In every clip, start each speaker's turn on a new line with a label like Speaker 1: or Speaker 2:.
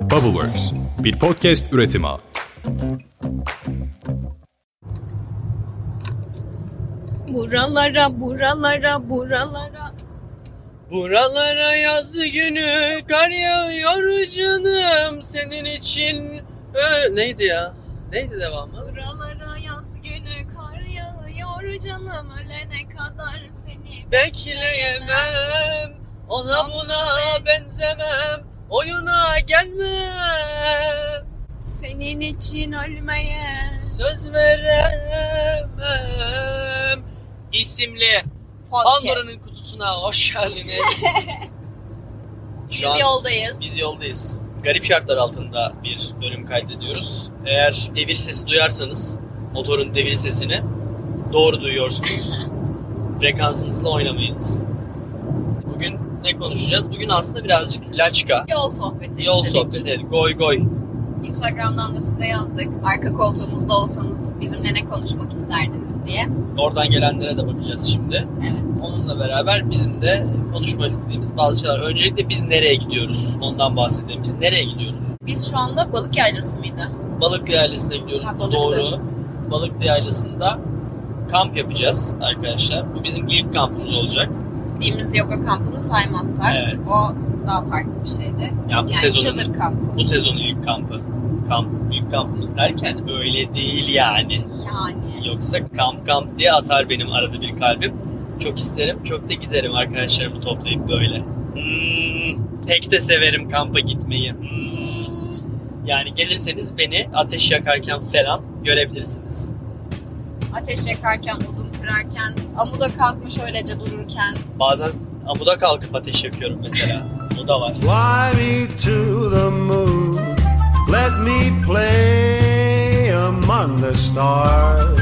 Speaker 1: Bubbleworks, bir podcast üretimi.
Speaker 2: Buralara.
Speaker 3: Buralara yaz günü kar yağıyor canım senin için. Neydi ya? Neydi devamı?
Speaker 2: Buralara yaz günü kar yağıyor canım, ölene kadar seni
Speaker 3: Bekleyemem, ona buna benzemem, oyuna gelmem.
Speaker 2: senin için ölmeye
Speaker 3: Söz veremem. İsimli Pandora'nın kutusuna hoş geldiniz.
Speaker 2: Biz yoldayız.
Speaker 3: Biz yoldayız. Garip şartlar altında bir bölüm kaydediyoruz. Eğer devir sesi duyarsanız, motorun devir sesini doğru duyuyorsunuz. Frekansınızla oynamayınız. Bugün ne konuşacağız? Bugün aslında birazcık laçka.
Speaker 2: Yol sohbeti
Speaker 3: Yol
Speaker 2: istedik.
Speaker 3: sohbeti, goy goy.
Speaker 2: Instagram'dan da size yazdık. Arka koltuğumuzda olsanız bizimle ne konuşmak isterdiniz diye.
Speaker 3: Oradan gelenlere de bakacağız şimdi.
Speaker 2: Evet.
Speaker 3: Onunla beraber bizim de konuşmak istediğimiz bazı şeyler. Öncelikle biz nereye gidiyoruz? Ondan bahsedelim. Biz nereye gidiyoruz?
Speaker 2: Biz şu anda Balık Yaylası mıydı?
Speaker 3: Balıklı Yaylası'na gidiyoruz.
Speaker 2: Ha,
Speaker 3: Bu
Speaker 2: Balıklı.
Speaker 3: doğru. Balıklı Yaylası'nda kamp yapacağız arkadaşlar. Bu bizim ilk kampımız olacak.
Speaker 2: Gittiğimiz yoga kampını saymazsak
Speaker 3: Evet.
Speaker 2: o daha farklı bir şeydi.
Speaker 3: Yani bu
Speaker 2: Yani
Speaker 3: sezonun
Speaker 2: çadır kampı.
Speaker 3: bu sezonun ilk kampı. İlk kampımız derken öyle değil yani.
Speaker 2: Yani.
Speaker 3: Yoksa kamp diye atar benim arada bir kalbim. Çok isterim, çok da giderim arkadaşlarımı toplayıp böyle. Pek de severim kampa gitmeyi. Yani gelirseniz beni ateş yakarken falan görebilirsiniz.
Speaker 2: Ateş yakarken, odun kırarken, amuda kalkmış öylece dururken.
Speaker 3: Bazen amuda kalkıp ateş yakıyorum mesela. O da var.
Speaker 4: Fly me to the moon, let me play among the stars.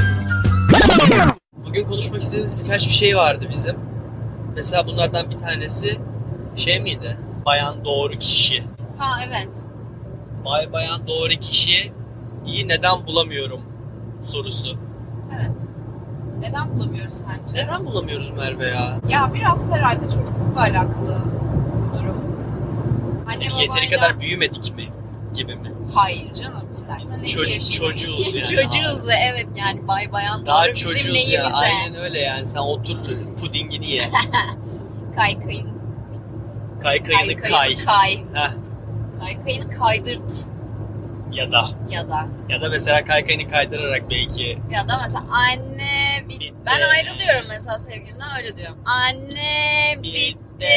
Speaker 3: Bugün konuşmak istediğimiz birkaç bir şey vardı bizim. Mesela bunlardan bir tanesi şey miydi? Bayan doğru kişi.
Speaker 2: Ha evet.
Speaker 3: Bayan doğru kişiyi neden bulamıyorum sorusu.
Speaker 2: Evet. Neden bulamıyoruz sence?
Speaker 3: Neden bulamıyoruz Merve ya?
Speaker 2: Ya biraz herhalde çocuklukla alakalı bu durum. Anne
Speaker 3: Yani yeteri
Speaker 2: babayla-
Speaker 3: kadar büyümedik mi? Gibi mi?
Speaker 2: Hayır canım, istersen
Speaker 3: Biz
Speaker 2: 50 yaşındayız.
Speaker 3: çocuğuz yani.
Speaker 2: Çocuğuz da evet, yani bayan
Speaker 3: Daha
Speaker 2: doğru bizim
Speaker 3: çocuğuz
Speaker 2: neyimize.
Speaker 3: ya. Aynen öyle yani. Sen otur pudingini ye.
Speaker 2: Kaykayın.
Speaker 3: Kaykayını kay. Heh.
Speaker 2: Kaykayını kaydırt
Speaker 3: Ya da
Speaker 2: ya da
Speaker 3: mesela kaykayını kaydırarak belki
Speaker 2: mesela anne
Speaker 3: Bitti.
Speaker 2: ben ayrılıyorum mesela sevgilimden, öyle diyorum. Anne bitti.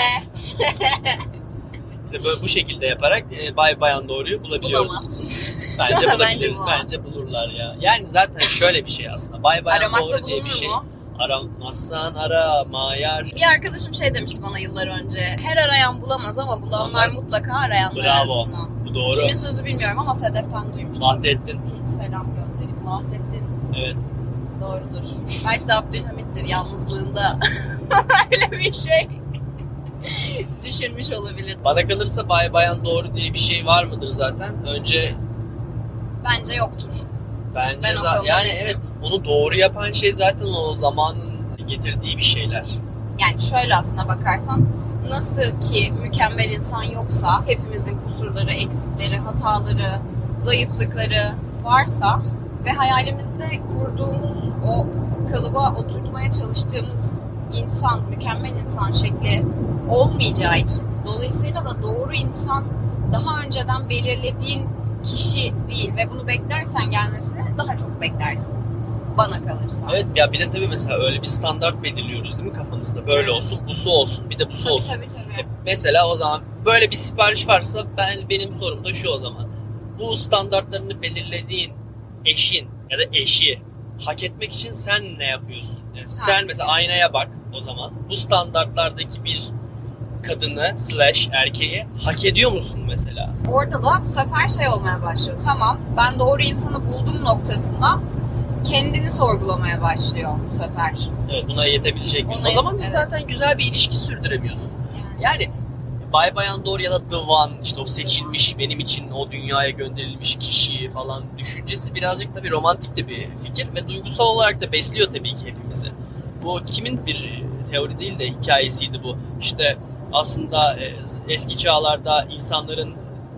Speaker 3: işte böyle bu şekilde yaparak bayan doğruyu bulabiliyoruz.
Speaker 2: Bulamazsın.
Speaker 3: Bence
Speaker 2: Bence
Speaker 3: bulabiliriz.
Speaker 2: bulamam.
Speaker 3: Bence bulurlar ya. Yani zaten şöyle bir şey aslında. Bayan
Speaker 2: Aramakla
Speaker 3: doğru diye bir
Speaker 2: bulunur
Speaker 3: şey.
Speaker 2: mu?
Speaker 3: Aramazsan arama yar.
Speaker 2: Bir arkadaşım şey demişti bana yıllar önce. Her arayan bulamaz ama bulanlar
Speaker 3: Bulanlar.
Speaker 2: mutlaka arayanlar
Speaker 3: Bravo.
Speaker 2: arasından.
Speaker 3: Bu doğru.
Speaker 2: Kimin sözü bilmiyorum ama Sedef'ten duymuştum.
Speaker 3: Vahdettin.
Speaker 2: Bir selam göndereyim. Vahdettin.
Speaker 3: Evet.
Speaker 2: Doğrudur. Belki de Abdülhamit'tir yalnızlığında. Öyle bir şey düşünmüş olabilir.
Speaker 3: Bana kalırsa bayan doğru diye bir şey var mıdır zaten? Önce
Speaker 2: Bence yoktur.
Speaker 3: bence
Speaker 2: Ben o konuda
Speaker 3: yani
Speaker 2: netim.
Speaker 3: evet, onu doğru yapan şey zaten o zamanın getirdiği bir şeyler.
Speaker 2: Yani şöyle aslına bakarsan, nasıl ki mükemmel insan yoksa, hepimizin kusurları, eksikleri, hataları, zayıflıkları varsa ve hayalimizde kurduğumuz o kalıba oturtmaya çalıştığımız insan, mükemmel insan şekli olmayacağı için, dolayısıyla da doğru insan daha önceden belirlediğin kişi değil ve bunu beklersen gelmesini daha çok beklersin. Bana kalırsa.
Speaker 3: Evet ya, bir de tabii mesela öyle bir standart belirliyoruz değil mi kafamızda? Böyle
Speaker 2: Evet.
Speaker 3: olsun, busu olsun, bir de busu
Speaker 2: Tabii,
Speaker 3: olsun.
Speaker 2: tabii.
Speaker 3: Mesela o zaman böyle bir sipariş varsa benim sorum da şu o zaman. Bu standartlarını belirlediğin eşin ya da eşi hak etmek için sen ne yapıyorsun? Yani sen mesela aynaya bak o zaman. Bu standartlardaki bir kadını / erkeği hak ediyor musun mesela?
Speaker 2: Orada da bu sefer şey olmaya başlıyor. Tamam, ben doğru insanı buldum noktasında kendini sorgulamaya başlıyor bu sefer.
Speaker 3: Evet, buna yetebilecek miyim?
Speaker 2: Ona
Speaker 3: O zaman da
Speaker 2: evet.
Speaker 3: zaten güzel bir ilişki sürdüremiyorsun.
Speaker 2: Yani.
Speaker 3: Yani bayan doğru ya da the one, işte o seçilmiş, benim için o dünyaya gönderilmiş kişi falan düşüncesi birazcık tabii romantik de bir fikir ve duygusal olarak da besliyor tabii ki hepimizi. Bu kimin bir teori değil de hikayesiydi bu. İşte aslında eski çağlarda insanların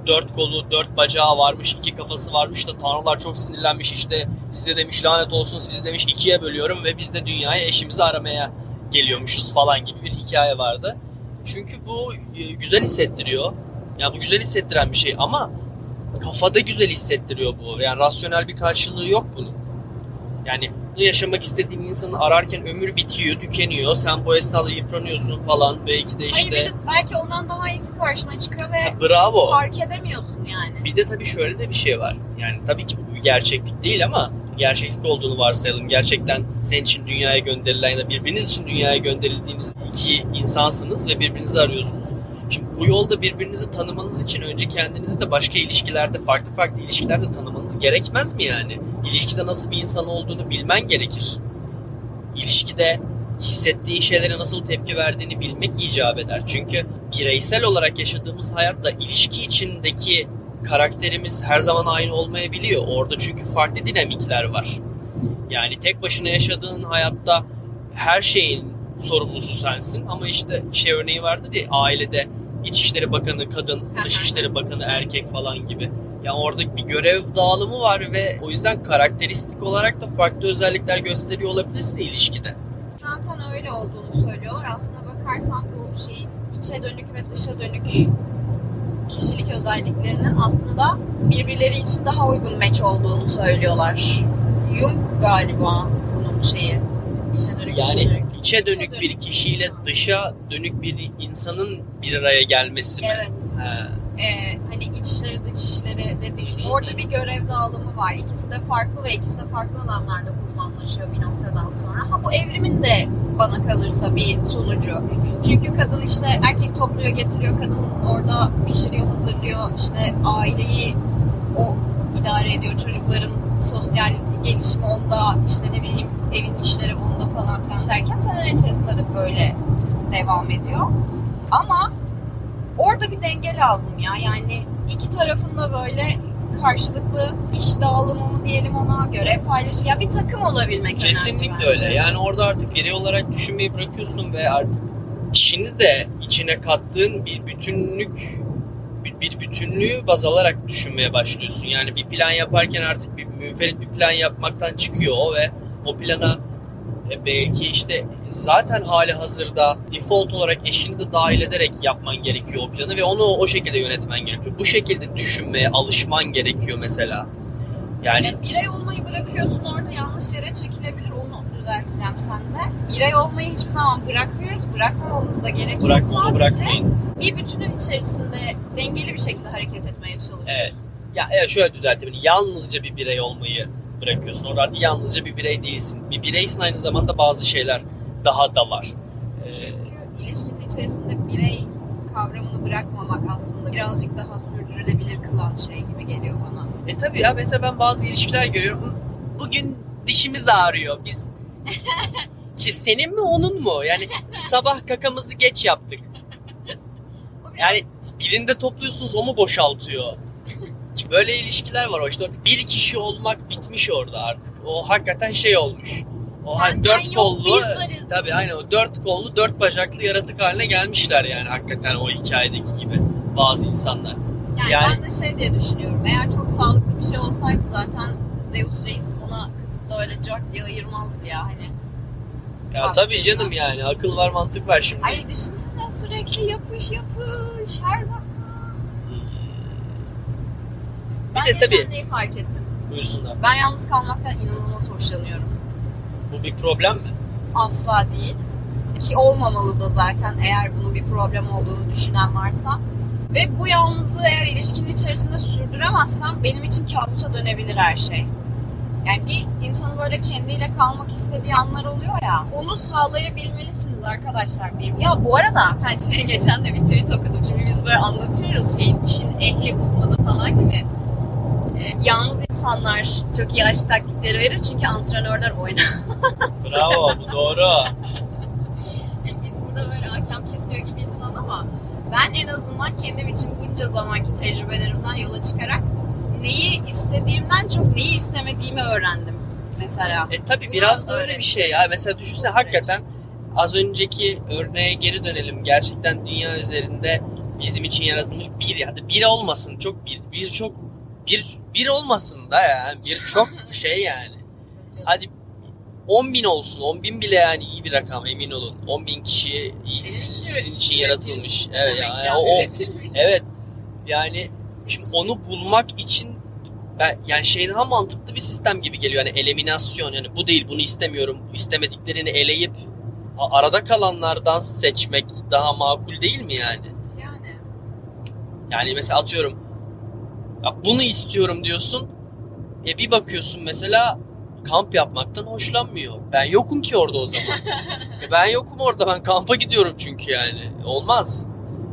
Speaker 3: 4 kolu, 4 bacağı varmış, 2 kafası varmış da tanrılar çok sinirlenmiş, işte size demiş lanet olsun, siz demiş 2'ye bölüyorum ve biz de dünyaya eşimizi aramaya geliyormuşuz falan gibi bir hikaye vardı. Çünkü bu güzel hissettiriyor. Yani bu güzel hissettiren bir şey ama kafada güzel hissettiriyor bu. Yani rasyonel bir karşılığı yok bunun. Yani yaşamak istediğin insanı ararken ömür bitiyor, tükeniyor. Sen bu esnada yıpranıyorsun falan. Belki de işte...
Speaker 2: Hayır, bir de belki ondan daha iyisi karşına çıkıyor ve
Speaker 3: bravo.
Speaker 2: Fark edemiyorsun yani.
Speaker 3: Bir de tabii şöyle de bir şey var. Yani tabii ki bu bir gerçeklik değil ama gerçeklik olduğunu varsayalım. Gerçekten senin için dünyaya gönderilen ya da birbiriniz için dünyaya gönderildiğiniz iki insansınız ve birbirinizi arıyorsunuz. Şimdi bu yolda birbirinizi tanımanız için önce kendinizi de başka ilişkilerde, farklı ilişkilerde tanımanız gerekmez mi yani? İlişkide nasıl bir insan olduğunu bilmen gerekir. İlişkide hissettiğin şeylere nasıl tepki verdiğini bilmek icap eder. Çünkü bireysel olarak yaşadığımız hayatta ilişki içindeki karakterimiz her zaman aynı olmayabiliyor. Orada çünkü farklı dinamikler var. Yani tek başına yaşadığın hayatta her şeyin sorumlusu sensin ama işte şey örneği vardır ya, ailede İçişleri Bakanı kadın, Dışişleri Bakanı erkek falan gibi. Yani orada bir görev dağılımı var ve o yüzden karakteristik olarak da farklı özellikler gösteriyor olabilirsin ilişkide.
Speaker 2: Zaten öyle olduğunu söylüyorlar. Aslına bakarsan bu şeyin içe dönük ve dışa dönük kişilik özelliklerinin aslında birbirleri için daha uygun match olduğunu söylüyorlar. Jung galiba bunun şeyi. İçe dönük,
Speaker 3: yani içe dönük bir kişiyle dışa dönük bir insanın bir araya gelmesi mi?
Speaker 2: Evet. Hani iç işleri dış işleri dedik. Orada bir görev dağılımı var. İkisi de farklı ve ikisi de farklı alanlarda uzmanlaşıyor bir noktadan sonra. Ama bu evrimin de bana kalırsa bir sonucu. Çünkü kadın işte erkek topluyor, getiriyor. Kadın orada pişiriyor, hazırlıyor. İşte aileyi o idare ediyor. Çocukların sosyal gelişimi onda, işte ne bileyim evin işleri onda falan filan derken seneler içerisinde de böyle devam ediyor. Ama orada bir denge lazım ya. Yani iki tarafında böyle karşılıklı iş dağılımı mı diyelim ona, görev paylaşımı. Ya bir takım olabilmek
Speaker 3: kesinlikle
Speaker 2: önemli bence.
Speaker 3: Öyle. Yani orada artık birey olarak düşünmeyi bırakıyorsun ve artık işini de içine kattığın bir bütünlüğü baz alarak düşünmeye başlıyorsun. Yani bir plan yaparken artık bir münferit bir plan yapmaktan çıkıyor o ve o plana belki işte zaten hali hazırda default olarak eşini de dahil ederek yapman gerekiyor o planı ve onu o şekilde yönetmen gerekiyor. Bu şekilde düşünmeye alışman gerekiyor mesela. Yani
Speaker 2: birey olmayı bırakıyorsun, orada yanlış yere çekilebilir, onu düzelteceğim sende. Birey olmayı hiçbir zaman bırakmıyoruz, bırakmamamız da gerekiyor. Sadece
Speaker 3: bırakmayın.
Speaker 2: Bir bütünün içerisinde dengeli bir şekilde hareket etmeye çalışıyoruz.
Speaker 3: Evet. Ya şöyle düzeltebilirim. Yalnızca bir birey olmayı bırakıyorsun. Orada artık yalnızca bir birey değilsin. Bir bireysin, aynı zamanda bazı şeyler daha da var.
Speaker 2: Çünkü ilişkinin içerisinde birey kavramını bırakmamak aslında birazcık daha sürdürülebilir kılan şey gibi geliyor bana.
Speaker 3: Tabii ya, mesela ben bazı ilişkiler görüyorum. Bugün dişimiz ağrıyor. Biz senin mi onun mu? Yani sabah kakamızı geç yaptık. Yani birinde topluyorsunuz, o mu boşaltıyor? Böyle ilişkiler var. O işte bir kişi olmak bitmiş orada artık. O hakikaten şey olmuş. O hani dört kollu, tabii aynen o 4 kollu 4 bacaklı yaratık haline gelmişler yani hakikaten o hikayedeki gibi bazı insanlar.
Speaker 2: Yani ben de şey diye düşünüyorum. Eğer çok sağlıklı bir şey olsaydı zaten Zeus Reis ona kısıp da öyle cart diye ayırmazdı ya hani.
Speaker 3: Ya tabii canım, yani akıl var mantık var şimdi.
Speaker 2: Ay düşünsene, sürekli yapış her dakika. Ben
Speaker 3: de tabii
Speaker 2: neyi fark ettim?
Speaker 3: Buyursunlar.
Speaker 2: Ben yalnız kalmaktan inanılmaz hoşlanıyorum.
Speaker 3: Bu bir problem mi?
Speaker 2: Asla değil. Ki olmamalı da zaten, eğer bunun bir problem olduğunu düşünen varsa. Ve bu yalnızlığı eğer ilişkinin içerisinde sürdüremezsem benim için kabusa dönebilir her şey. Yani bir insanın böyle kendiyle kalmak istediği anlar oluyor ya, onu sağlayabilmelisiniz arkadaşlar. Ya bu arada geçen de bir tweet okudum. Şimdi biz böyle anlatıyoruz işin ehli uzmanı falan gibi. Yalnız insanlar çok iyi aşk taktikleri verir çünkü antrenörler oynar.
Speaker 3: Bravo, bu doğru.
Speaker 2: Biz burada böyle hakem kesiyor gibiyiz falan ama ben en azından kendim için bunca zamanki tecrübelerimden yola çıkarak neyi istediğimden çok neyi istemediğimi öğrendim mesela.
Speaker 3: Tabii biraz da öyle bir şey ya. Mesela düşünsene, hakikaten az önceki örneğe geri dönelim. Gerçekten dünya üzerinde bizim için yaratılmış bir ya da bir olmasın çok bir olmasın da yani bir çok şey yani. Hadi 10.000 olsun. 10.000 bile yani iyi bir rakam, emin olun. 10.000 kişi sizin için yaratılmış. Evet yani evet. Yani şimdi onu bulmak için yani şey daha mantıklı bir sistem gibi geliyor. Yani eliminasyon, yani bu değil, bunu istemiyorum. Bu istemediklerini eleyip arada kalanlardan seçmek daha makul değil mi yani? Yani mesela atıyorum ya bunu istiyorum diyorsun. Bir bakıyorsun mesela kamp yapmaktan hoşlanmıyor. Ben yokum ki orada o zaman. Ben yokum orada. Ben kampa gidiyorum çünkü yani. Olmaz.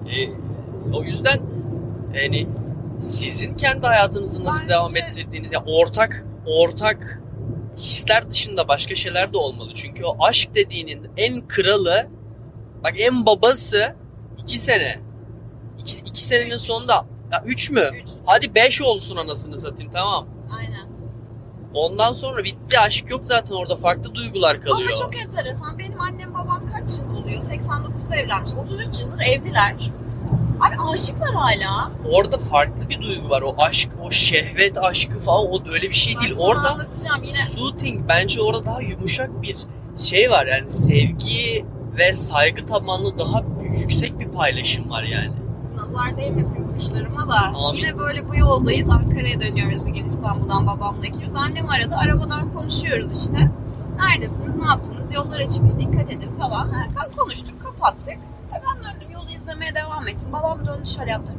Speaker 3: O yüzden yani sizin kendi hayatınızı nasıl devam ettirdiğiniz, yani ortak hisler dışında başka şeyler de olmalı. Çünkü o aşk dediğinin en kralı, bak en babası 2 sene. 2 senenin sonunda 3 mü? 3. Hadi 5 olsun anasını satayım, tamam.
Speaker 2: Aynen.
Speaker 3: Ondan sonra bitti, aşk yok zaten, orada farklı duygular kalıyor.
Speaker 2: Ama çok enteresan, benim annem babam kaç yıl oluyor? 89'da evlenmiş. 33 yıldır evliler. Abi aşıklar hala.
Speaker 3: Orada farklı bir duygu var. O aşk, o şehvet aşkı falan, o öyle bir şey değil. Orada
Speaker 2: yine.
Speaker 3: Soothing, bence orada daha yumuşak bir şey var. Yani sevgi ve saygı tabanlı daha yüksek bir paylaşım var yani.
Speaker 2: Nazar değmesin kuşlarıma da.
Speaker 3: Amin.
Speaker 2: Yine böyle bu yoldayız. Ankara'ya dönüyoruz bir gün İstanbul'dan babamla ikimiz. Annem aradı. Arabadan konuşuyoruz işte. Neredesiniz? Ne yaptınız? Yollar açık mı? Dikkat edin falan. Konuştuk, kapattık. Ben döndüm, yolu izlemeye devam ettim. Babam döndü şöyle yaptı.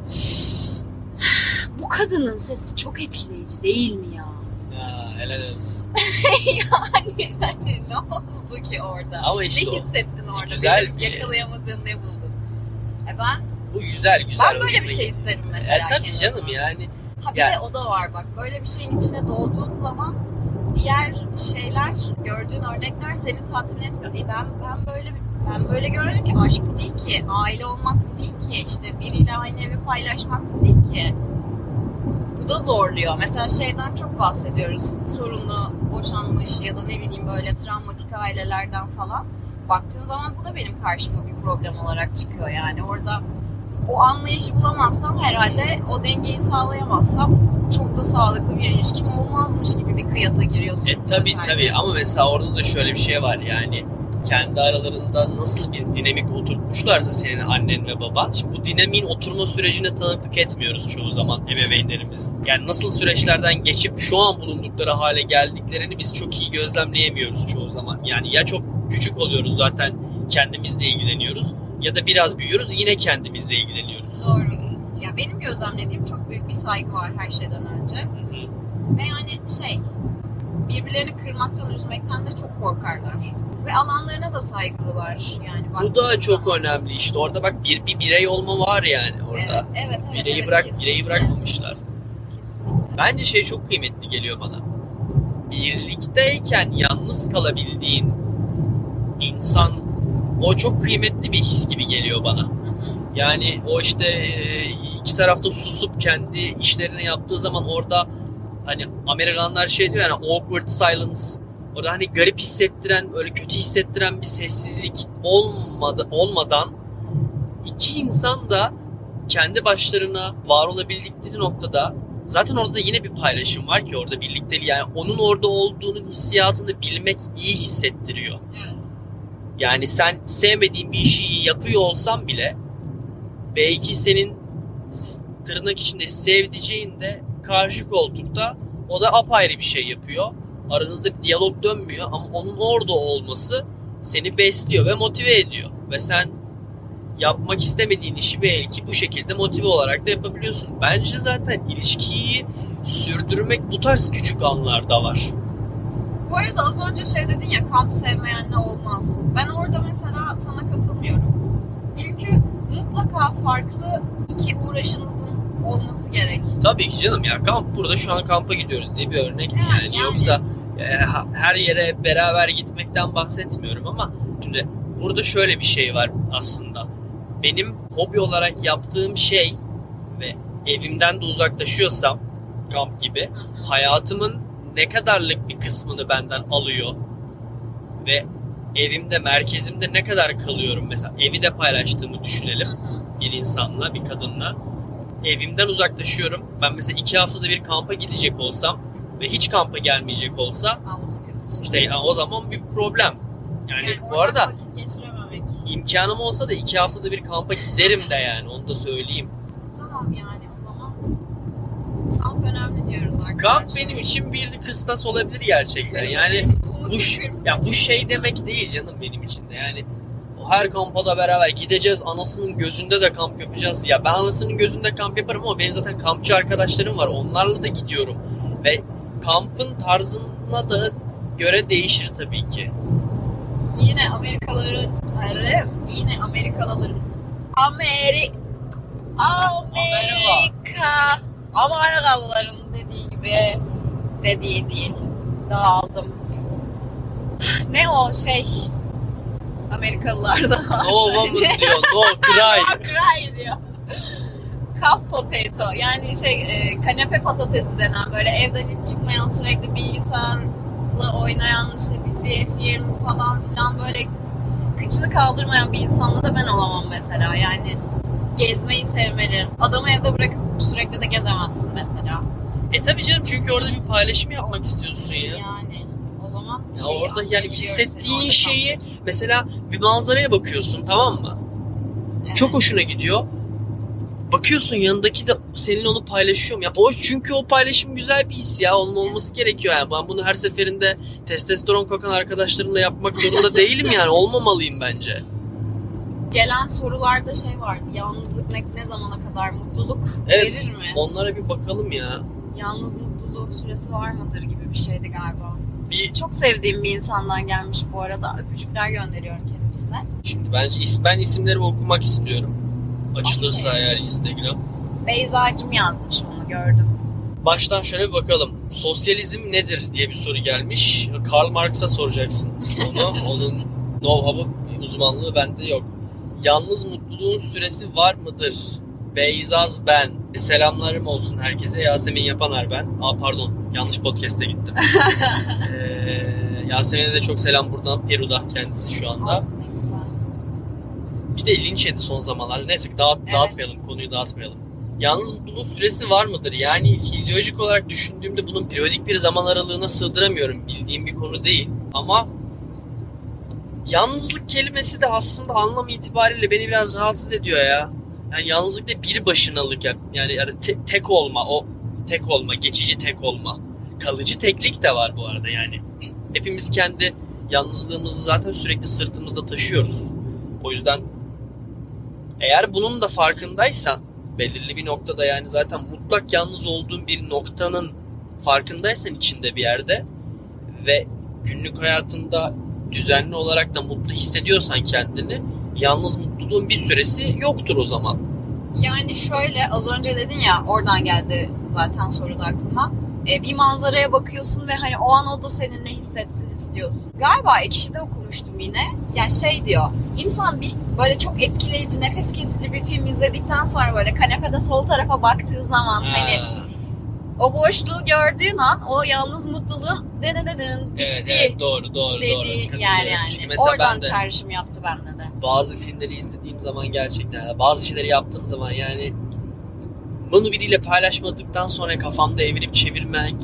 Speaker 2: Bu kadının sesi çok etkileyici değil mi ya?
Speaker 3: Ya helal olsun.
Speaker 2: yani ne oldu ki orada?
Speaker 3: Ama işte
Speaker 2: ne hissettin orada?
Speaker 3: Güzel
Speaker 2: yakalayamadığın ne buldun?
Speaker 3: Bu güzel.
Speaker 2: Ben böyle bir şey isterim mesela.
Speaker 3: Tabii canım yani.
Speaker 2: Bir de o da var bak. Böyle bir şeyin içine doğduğun zaman diğer şeyler, gördüğün örnekler seni tatmin etmiyor. Ben böyle görmedim ki, aşk bu değil ki, aile olmak bu değil ki, işte biriyle aynı evi paylaşmak bu değil ki. Bu da zorluyor. Mesela şeyden çok bahsediyoruz. Sorunlu, boşanmış ya da ne bileyim böyle travmatik ailelerden falan. Baktığın zaman bu da benim karşıma bir problem olarak çıkıyor yani. Orada o anlayışı bulamazsam, herhalde o dengeyi sağlayamazsam çok da sağlıklı bir ilişkim olmazmış gibi bir kıyasa giriyorsun.
Speaker 3: Tabii ama mesela orada da şöyle bir şey var yani. Kendi aralarında nasıl bir dinamik oturtmuşlarsa senin annen ve baban. Şimdi bu dinamiğin oturma sürecine tanıklık etmiyoruz çoğu zaman ebeveynlerimiz. Yani nasıl süreçlerden geçip şu an bulundukları hale geldiklerini biz çok iyi gözlemleyemiyoruz çoğu zaman. Yani ya çok küçük oluyoruz zaten kendimizle ilgileniyoruz ya da biraz büyüyoruz yine kendimizle ilgileniyoruz.
Speaker 2: Doğru. Ya benim gözlemlediğim çok büyük bir saygı var her şeyden önce.
Speaker 3: Hı-hı.
Speaker 2: Ve yani birbirlerini kırmaktan, üzmekten de çok korkarlar. Ve alanlarına da saygılılar. Yani
Speaker 3: bu da çok önemli işte. Orada bak bir birey olma var yani orada.
Speaker 2: Evet,
Speaker 3: Bireyi bırakmamışlar. Kesinlikle. Bence çok kıymetli geliyor bana. Birlikteyken yalnız kalabildiğin insan, o çok kıymetli bir his gibi geliyor bana. Yani o işte iki tarafta susup kendi işlerini yaptığı zaman orada hani Amerikanlar diyor yani awkward silence. Orada hani garip hissettiren, öyle kötü hissettiren bir sessizlik olmadan iki insan da kendi başlarına var olabildikleri noktada zaten orada yine bir paylaşım var ki orada birlikteliği, yani onun orada olduğunun hissiyatını bilmek iyi hissettiriyor. Yani sen sevmediğin bir işi yapıyor olsan bile belki senin tırnak içinde sevdiceğin de karşı koltukta o da apayrı bir şey yapıyor. Aranızda bir diyalog dönmüyor ama onun orada olması seni besliyor ve motive ediyor. Ve sen yapmak istemediğin işi belki bu şekilde motive olarak da yapabiliyorsun. Bence zaten ilişkiyi sürdürmek bu tarz küçük anlarda var.
Speaker 2: Bu arada az önce dedin ya, kamp sevmeyenle olmaz. Ben orada mesela sana katılmıyorum. Çünkü mutlaka farklı iki uğraşınızın olması gerek.
Speaker 3: Tabii ki canım ya, kamp, burada şu an kampa gidiyoruz diye bir örnek yani. Yoksa her yere beraber gitmekten bahsetmiyorum ama şimdi burada şöyle bir şey var aslında. Benim hobi olarak yaptığım şey ve evimden de uzaklaşıyorsam kamp gibi, hayatımın ne kadarlık bir kısmını benden alıyor ve evimde, merkezimde ne kadar kalıyorum? Mesela evi de paylaştığımı düşünelim.
Speaker 2: Hı.
Speaker 3: Bir insanla, bir kadınla. Evimden uzaklaşıyorum. Ben mesela 2 haftada bir kampa gidecek olsam ve hiç kampa gelmeyecek olsa
Speaker 2: Ama sıkıntı.
Speaker 3: işte o zaman bir problem. Yani bu
Speaker 2: ortak
Speaker 3: arada
Speaker 2: vakit geçirememek.
Speaker 3: imkanım olsa da 2 haftada bir kampa giderim de yani. Onu da söyleyeyim.
Speaker 2: Tamam yani o zaman kamp önemli diyoruz arkadaşlar.
Speaker 3: Kamp benim için bir kıstas olabilir gerçekten. Yani bu şey demek değil canım benim için de. Yani her kampa da beraber gideceğiz. Anasının gözünde de kamp yapacağız. Ya ben anasının gözünde kamp yaparım ama benim zaten kampçı arkadaşlarım var. Onlarla da gidiyorum. Ve kampın tarzına da göre değişir tabii ki.
Speaker 2: Yine Amerikalıların Amerikalıların dediği değil. Dağıldım. Ne o şey Amerikalılarda var.
Speaker 3: No woman diyor. No cry.
Speaker 2: Cry diyor. Cup potato yani kanepe patatesi denen böyle evden hiç çıkmayan sürekli bilgisayarla oynayan işte dizi, film falan filan böyle kıçını kaldırmayan bir insanla da ben olamam mesela. Yani gezmeyi sevmeli. Adamı evde bırakıp sürekli de gezemezsin mesela.
Speaker 3: Tabii canım çünkü orada bir paylaşım yapmak istiyorsun ya.
Speaker 2: Yani o zaman
Speaker 3: ya orada yani hissettiğin şeyi mesela bir manzaraya bakıyorsun tamam mı?
Speaker 2: Evet.
Speaker 3: Çok hoşuna gidiyor. Bakıyorsun yanındaki de senin onu paylaşıyor mu? Ya çünkü o paylaşım güzel bir his ya. Onun olması gerekiyor yani. Ben bunu her seferinde testosteron kokan arkadaşlarımla yapmak zorunda değilim yani. Olmamalıyım bence.
Speaker 2: Gelen sorularda vardı. Yalnızlık ne zamana kadar mutluluk verir mi?
Speaker 3: Onlara bir bakalım ya.
Speaker 2: Yalnız mutluluğun süresi var mıdır gibi bir şeydi galiba. Çok sevdiğim bir insandan gelmiş bu arada. Öpücükler gönderiyorum kendisine.
Speaker 3: Şimdi bence ben isimlerimi okumak istiyorum. Açılırsa eğer Instagram.
Speaker 2: Beyza'cığım yazmış onu gördüm.
Speaker 3: Baştan şöyle bir bakalım. Sosyalizm nedir diye bir soru gelmiş. Karl Marx'a soracaksın onu. Onun know-how'ı, uzmanlığı bende yok. Yalnız mutluluğun süresi var mıdır? Beyzaz ben. Selamlarım olsun herkese. Yasemin Yapaner ben. Pardon. Yanlış podcast'e gittim. Yasemin'e de çok selam buradan. Peru'da kendisi şu anda. Bir de linç yedi son zamanlarda. Neyse dağıtmayalım. Konuyu dağıtmayalım. Yalnız mutluluğun süresi var mıdır? Yani fizyolojik olarak düşündüğümde bunun periyodik bir zaman aralığına sığdıramıyorum. Bildiğim bir konu değil. Ama yalnızlık kelimesi de aslında anlam itibariyle beni biraz rahatsız ediyor ya. Yani yalnızlık da bir başınalık yani tek olma, geçici tek olma. Kalıcı teklik de var bu arada yani. Hepimiz kendi yalnızlığımızı zaten sürekli sırtımızda taşıyoruz. O yüzden eğer bunun da farkındaysan belirli bir noktada yani zaten mutlak yalnız olduğun bir noktanın farkındaysan içinde bir yerde ve günlük hayatında düzenli olarak da mutlu hissediyorsan kendini yalnız mutluluğun bir süresi yoktur o zaman.
Speaker 2: Yani şöyle az önce dedin ya oradan geldi zaten soru da aklıma. Bir manzaraya bakıyorsun ve hani o an o da seninle hissetsin istiyorsun. Galiba Ekşi'de okumuştum yine. Yani diyor. İnsan bir böyle çok etkileyici, nefes kesici bir film izledikten sonra böyle kanepede sol tarafa baktığı zaman hani o boşluğu gördüğün an o yalnız mutluluğun bitti.
Speaker 3: Evet doğru.
Speaker 2: Dediği yer yani. Oradan çağrışım yaptı bende de.
Speaker 3: Bazı filmleri izlediğim zaman gerçekten bazı şeyleri yaptığım zaman yani bunu biriyle paylaşmadıktan sonra kafamda evirip çevirmek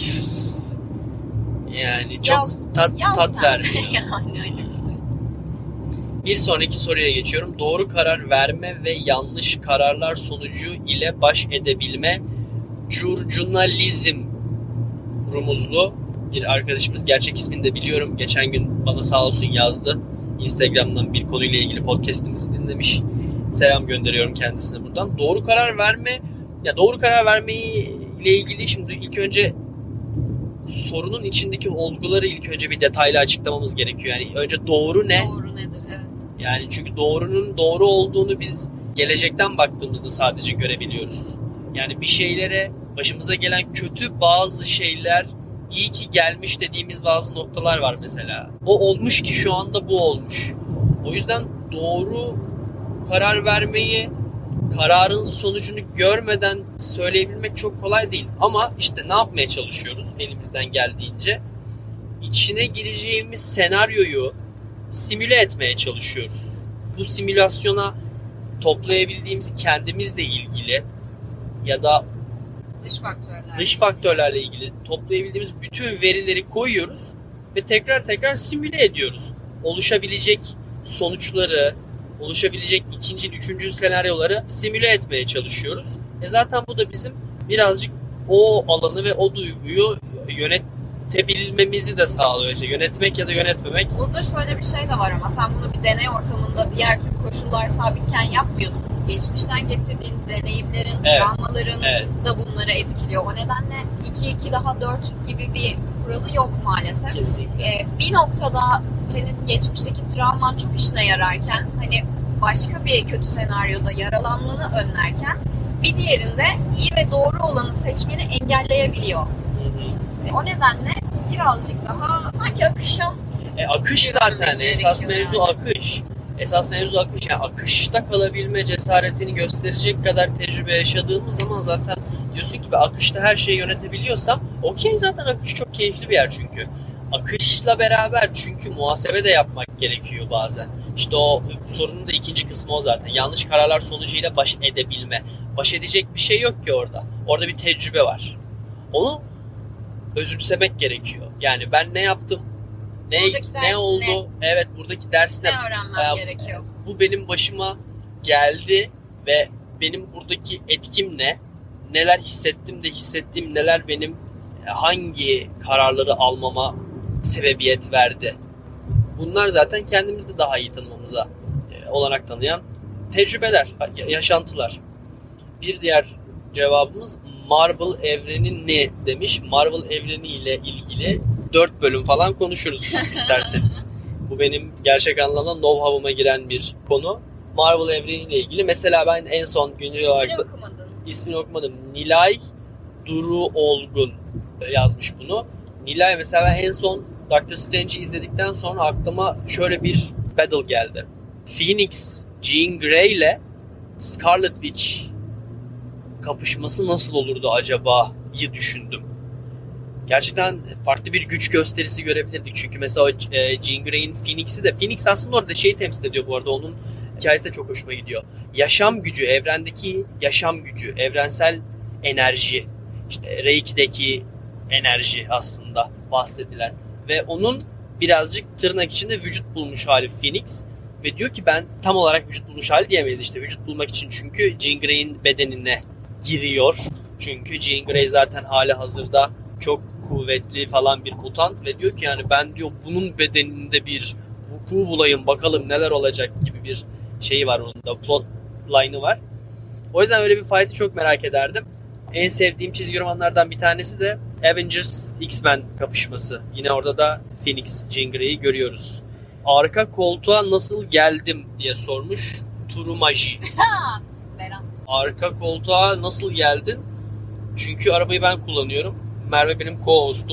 Speaker 3: yani çok tat vermiyor.
Speaker 2: Yani öyle bir şey.
Speaker 3: Bir sonraki soruya geçiyorum. Doğru karar verme ve yanlış kararlar sonucu ile baş edebilme curcunalizm rumuzlu bir arkadaşımız. Gerçek ismini de biliyorum. Geçen gün bana sağ olsun yazdı. Instagram'dan bir konuyla ilgili podcast'imizi dinlemiş. Selam gönderiyorum kendisine buradan. Doğru karar vermeyi ile ilgili şimdi ilk önce sorunun içindeki olguları ilk önce bir detaylı açıklamamız gerekiyor. Yani önce doğru ne?
Speaker 2: Doğru nedir? Evet.
Speaker 3: Yani çünkü doğrunun doğru olduğunu biz gelecekten baktığımızda sadece görebiliyoruz. Yani bir şeylere başımıza gelen kötü bazı şeyler iyi ki gelmiş dediğimiz bazı noktalar var mesela. O olmuş ki şu anda bu olmuş. O yüzden doğru karar vermeyi kararın sonucunu görmeden söyleyebilmek çok kolay değil. Ama işte ne yapmaya çalışıyoruz elimizden geldiğince? İçine gireceğimiz senaryoyu simüle etmeye çalışıyoruz. Bu simülasyona toplayabildiğimiz kendimizle ilgili ya da dış faktörlerle ilgili toplayabildiğimiz bütün verileri koyuyoruz ve tekrar tekrar simüle ediyoruz. Oluşabilecek sonuçları, oluşabilecek ikinci, üçüncü senaryoları simüle etmeye çalışıyoruz. Zaten bu da bizim birazcık o alanı ve o duyguyu yönetebilmemizi de sağlıyor. İşte yönetmek ya da yönetmemek.
Speaker 2: Burada şöyle bir şey de var ama sen bunu bir deney ortamında diğer tüm koşullar sabitken yapmıyorsun. Geçmişten getirdiğin deneyimlerin, travmaların da bunları etkiliyor. O nedenle 2-2 daha 4 gibi bir kuralı yok maalesef.
Speaker 3: Kesinlikle.
Speaker 2: Bir noktada senin geçmişteki travman çok işine yararken, hani başka bir kötü senaryoda yaralanmanı önlerken, bir diğerinde iyi ve doğru olanı seçmeni engelleyebiliyor. O nedenle birazcık daha sanki akışa
Speaker 3: akış zaten esas mevzu akış. Esas mevzu akış. Yani akışta kalabilme cesaretini gösterecek kadar tecrübe yaşadığımız zaman zaten diyorsun ki akışta her şeyi yönetebiliyorsam okey, zaten akış çok keyifli bir yer çünkü. Akışla beraber çünkü muhasebe de yapmak gerekiyor bazen. İşte o sorunun da ikinci kısmı o zaten. Yanlış kararlar sonucuyla baş edebilme. Baş edecek bir şey yok ki orada. Orada bir tecrübe var. Onu özümsemek gerekiyor. Yani ben ne yaptım? Ne oldu? Ne? Evet, buradaki ders ne?
Speaker 2: Ne öğrenmem gerekiyor?
Speaker 3: Bu benim başıma geldi ve benim buradaki etkim ne? Neler hissettim de hissettiğim neler benim hangi kararları almama sebebiyet verdi? Bunlar zaten kendimizi de daha iyi tanımamıza olanak tanıyan tecrübeler, yaşantılar. Bir diğer cevabımız Marvel evreni ne demiş. Marvel evreni ile ilgili 4 bölüm falan konuşuruz isterseniz. Bu benim gerçek anlamda know-how'uma giren bir konu. Marvel evreni ile ilgili. Mesela ben en son güncel olarak ismini okumadım. Nilay Duru Olgun yazmış bunu. Nilay mesela ben en son Doctor Strange'i izledikten sonra aklıma şöyle bir battle geldi. Phoenix, Jean Grey ile Scarlet Witch kapışması nasıl olurdu acaba'yı düşündüm. Gerçekten farklı bir güç gösterisi görebilirdik. Çünkü mesela o Jean Grey'in Phoenix'i de, Phoenix aslında orada şeyi temsil ediyor bu arada. Onun hikayesi de çok hoşuma gidiyor. Yaşam gücü, evrendeki yaşam gücü, evrensel enerji. İşte Reiki'deki enerji aslında bahsedilen. Ve onun birazcık tırnak içinde vücut bulmuş hali Phoenix. Ve diyor ki ben tam olarak vücut bulmuş hali diyemeyiz işte. Vücut bulmak için çünkü Jean Grey'in bedenine giriyor. Çünkü Jean Grey zaten hali hazırda çok kuvvetli falan bir mutant ve diyor ki yani ben diyor bunun bedeninde bir vuku bulayım bakalım neler olacak gibi bir şeyi var, onun da plot line'ı var. O yüzden öyle bir fight'ı çok merak ederdim. En sevdiğim çizgi romanlardan bir tanesi de Avengers X-Men kapışması. Yine orada da Phoenix, Jean Grey'i görüyoruz. Arka koltuğa nasıl geldim diye sormuş Turumaji. Arka koltuğa nasıl geldin? Çünkü arabayı ben kullanıyorum. Merve benim co-hostum.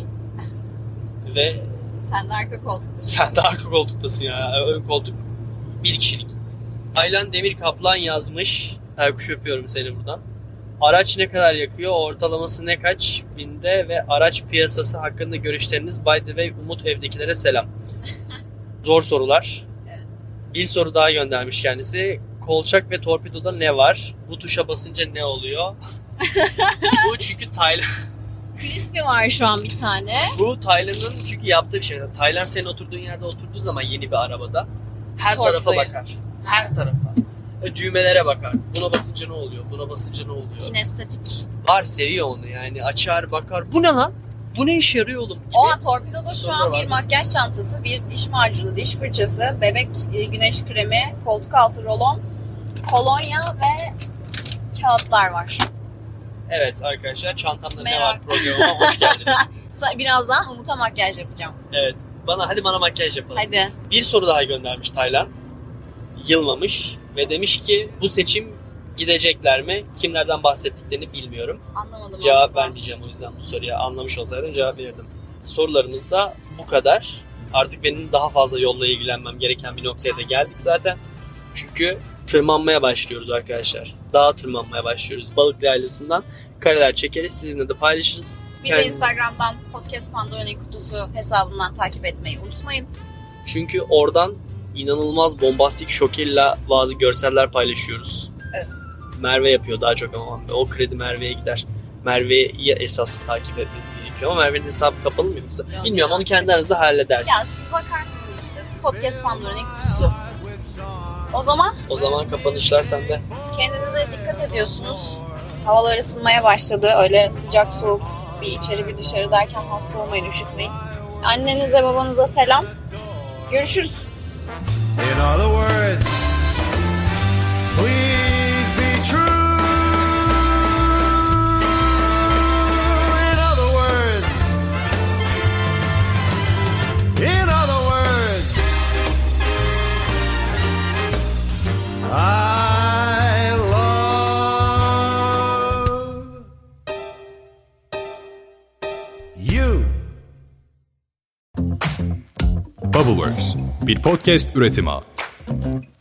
Speaker 3: Ve
Speaker 2: sen de arka koltuktasın.
Speaker 3: Sen de arka koltuktasın ya. Ön koltuk bir kişilik. Aylan Demir Kaplan yazmış. Erkuş öpüyorum seni buradan. Araç ne kadar yakıyor? Ortalaması ne kaç binde ve araç piyasası hakkında görüşleriniz? By the way Umut evdekilere selam. Zor sorular.
Speaker 2: Evet. Bir
Speaker 3: soru daha göndermiş kendisi. Kolçak ve torpidoda ne var? Bu tuşa basınca ne oluyor? Bu çünkü Taylan.
Speaker 2: Crispy var şu an bir tane.
Speaker 3: Bu Taylan'ın çünkü yaptığı bir şey. Taylan senin oturduğun yerde oturduğu zaman yeni bir arabada her
Speaker 2: Torpidoya
Speaker 3: tarafa bakar. Her tarafa. Düğmelere bakar. Buna basınca ne oluyor? Buna basınca ne oluyor?
Speaker 2: Kinestetik.
Speaker 3: Var, seviyor onu yani. Açar bakar. Bu ne lan? Bu ne işe yarıyor oğlum? Gibi.
Speaker 2: O an torpidoda şu an bir makyaj çantası, bir diş macunu, diş fırçası, bebek güneş kremi, koltuk altı rolon, kolonya ve kağıtlar var.
Speaker 3: Evet arkadaşlar, çantamda ne var programıma hoş geldiniz.
Speaker 2: Birazdan Umut'a makyaj yapacağım.
Speaker 3: Evet. Hadi bana makyaj yapalım.
Speaker 2: Hadi.
Speaker 3: Bir soru daha göndermiş Taylan. Yılmamış ve demiş ki bu seçim gidecekler mi? Kimlerden bahsettiklerini bilmiyorum.
Speaker 2: Anlamadım.
Speaker 3: Cevap vermeyeceğim o yüzden bu soruya. Anlamış olsaydım cevap verirdim. Sorularımız da bu kadar. Artık benim daha fazla yolla ilgilenmem gereken bir noktaya da geldik zaten. Çünkü tırmanmaya başlıyoruz arkadaşlar. Dağa tırmanmaya başlıyoruz. Balıklı ailesinden kareler çekeriz. Sizinle de paylaşırız.
Speaker 2: Bizi Instagram'dan Podcast Pandora'nın kutusu hesabından takip etmeyi unutmayın.
Speaker 3: Çünkü oradan inanılmaz bombastik şokella bazı görseller paylaşıyoruz.
Speaker 2: Evet.
Speaker 3: Merve yapıyor daha çok ama o kredi Merve'ye gider. Merve'yi esas takip etmeniz gerekiyor ama Merve'nin hesabı kapalı mı yoksa?
Speaker 2: Yok,
Speaker 3: Bilmiyorum,
Speaker 2: yok.
Speaker 3: onu kendi aranızda halledersiniz.
Speaker 2: Ya siz bakarsınız işte. Podcast Pandora'nın ilk kutusu. O zaman
Speaker 3: Kapanışlar sende.
Speaker 2: kendinize dikkat ediyorsunuz. Havalar ısınmaya başladı. Öyle sıcak soğuk bir içeri bir dışarı derken hasta olmayın, üşütmeyin. Annenize babanıza selam. Görüşürüz.
Speaker 4: In other words, please be true. In other words, I love you.
Speaker 1: Bubbleworks bir podcast üretimi.